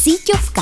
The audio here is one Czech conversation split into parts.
Síťovka.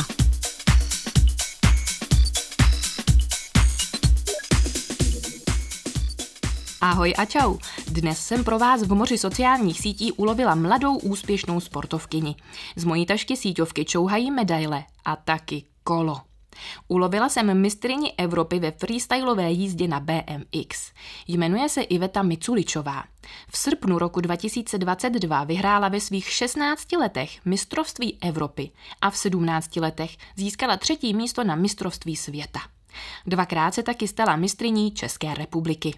Ahoj a čau. Dnes jsem pro vás v moři sociálních sítí ulovila mladou úspěšnou sportovkyni. Z mojí tašky síťovky čouhají medaile a taky kolo. Ulovila jsem mistryni Evropy ve freestylové jízdě na BMX. Jmenuje se Iveta Miculičová. V srpnu roku 2022 vyhrála ve svých 16 letech mistrovství Evropy a v 17 letech získala 3. místo na mistrovství světa. Dvakrát se taky stala mistryní České republiky.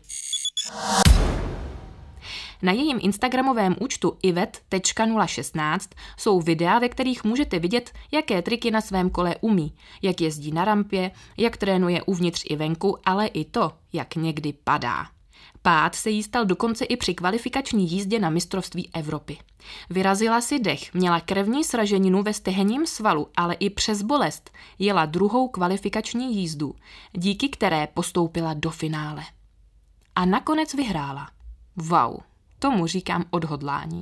Na jejím instagramovém účtu ivet.016 jsou videa, ve kterých můžete vidět, jaké triky na svém kole umí, jak jezdí na rampě, jak trénuje uvnitř i venku, ale i to, jak někdy padá. Pád se jí stal dokonce i při kvalifikační jízdě na mistrovství Evropy. Vyrazila si dech, měla krevní sraženinu ve stehenním svalu, ale i přes bolest jela druhou kvalifikační jízdu, díky které postoupila do finále. A nakonec vyhrála. Wow, tomu říkám odhodlání.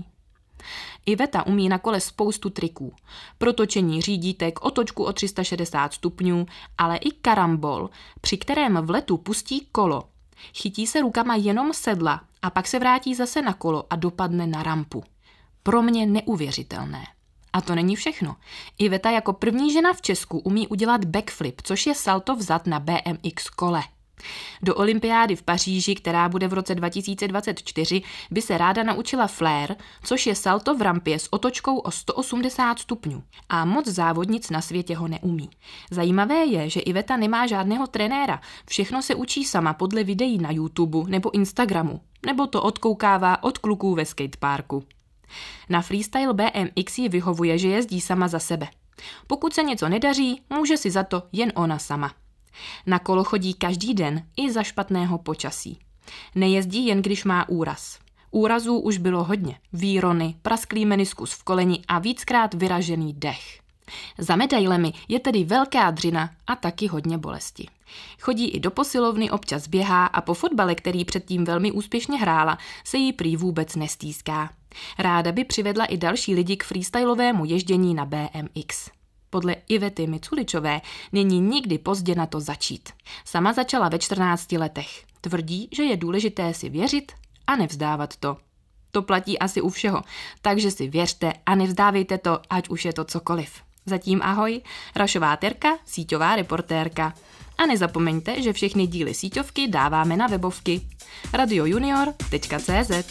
Iveta umí na kole spoustu triků. Protočení řídítek, otočku o 360 stupňů, ale i karambol, při kterém v letu pustí kolo. Chytí se rukama jenom sedla a pak se vrátí zase na kolo a dopadne na rampu. Pro mě neuvěřitelné. A to není všechno. Iveta jako první žena v Česku umí udělat backflip, což je salto vzad na BMX kole. Do olympiády v Paříži, která bude v roce 2024, by se ráda naučila flair, což je salto v rampě s otočkou o 180 stupňů. A moc závodnic na světě ho neumí. Zajímavé je, že Iveta nemá žádného trenéra. Všechno se učí sama podle videí na YouTube nebo Instagramu. Nebo to odkoukává od kluků ve skateparku. Na freestyle BMX jí vyhovuje, že jezdí sama za sebe. Pokud se něco nedaří, může si za to jen ona sama. Na kolo chodí každý den i za špatného počasí. Nejezdí jen když má úraz. Úrazů už bylo hodně. Výrony, prasklý meniskus v koleni a víckrát vyražený dech. Za medailemi je tedy velká dřina a taky hodně bolesti. Chodí i do posilovny, občas běhá a po fotbale, který předtím velmi úspěšně hrála, se jí prý vůbec nestýská. Ráda by přivedla i další lidi k freestylovému ježdění na BMX. Podle Ivety Miculičové není nikdy pozdě na to začít. Sama začala ve 14 letech. Tvrdí, že je důležité si věřit a nevzdávat to. To platí asi u všeho, takže si věřte a nevzdávejte to, ať už je to cokoliv. Zatím ahoj, Rašová Terka, síťová reportérka. A nezapomeňte, že všechny díly síťovky dáváme na webovky radiojunior.cz.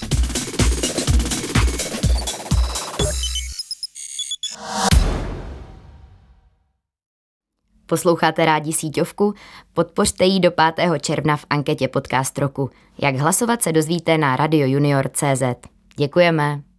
Posloucháte rádi síťovku? Podpořte ji do 5. června v anketě Podcast roku. Jak hlasovat se dozvíte na radiojunior.cz. Děkujeme.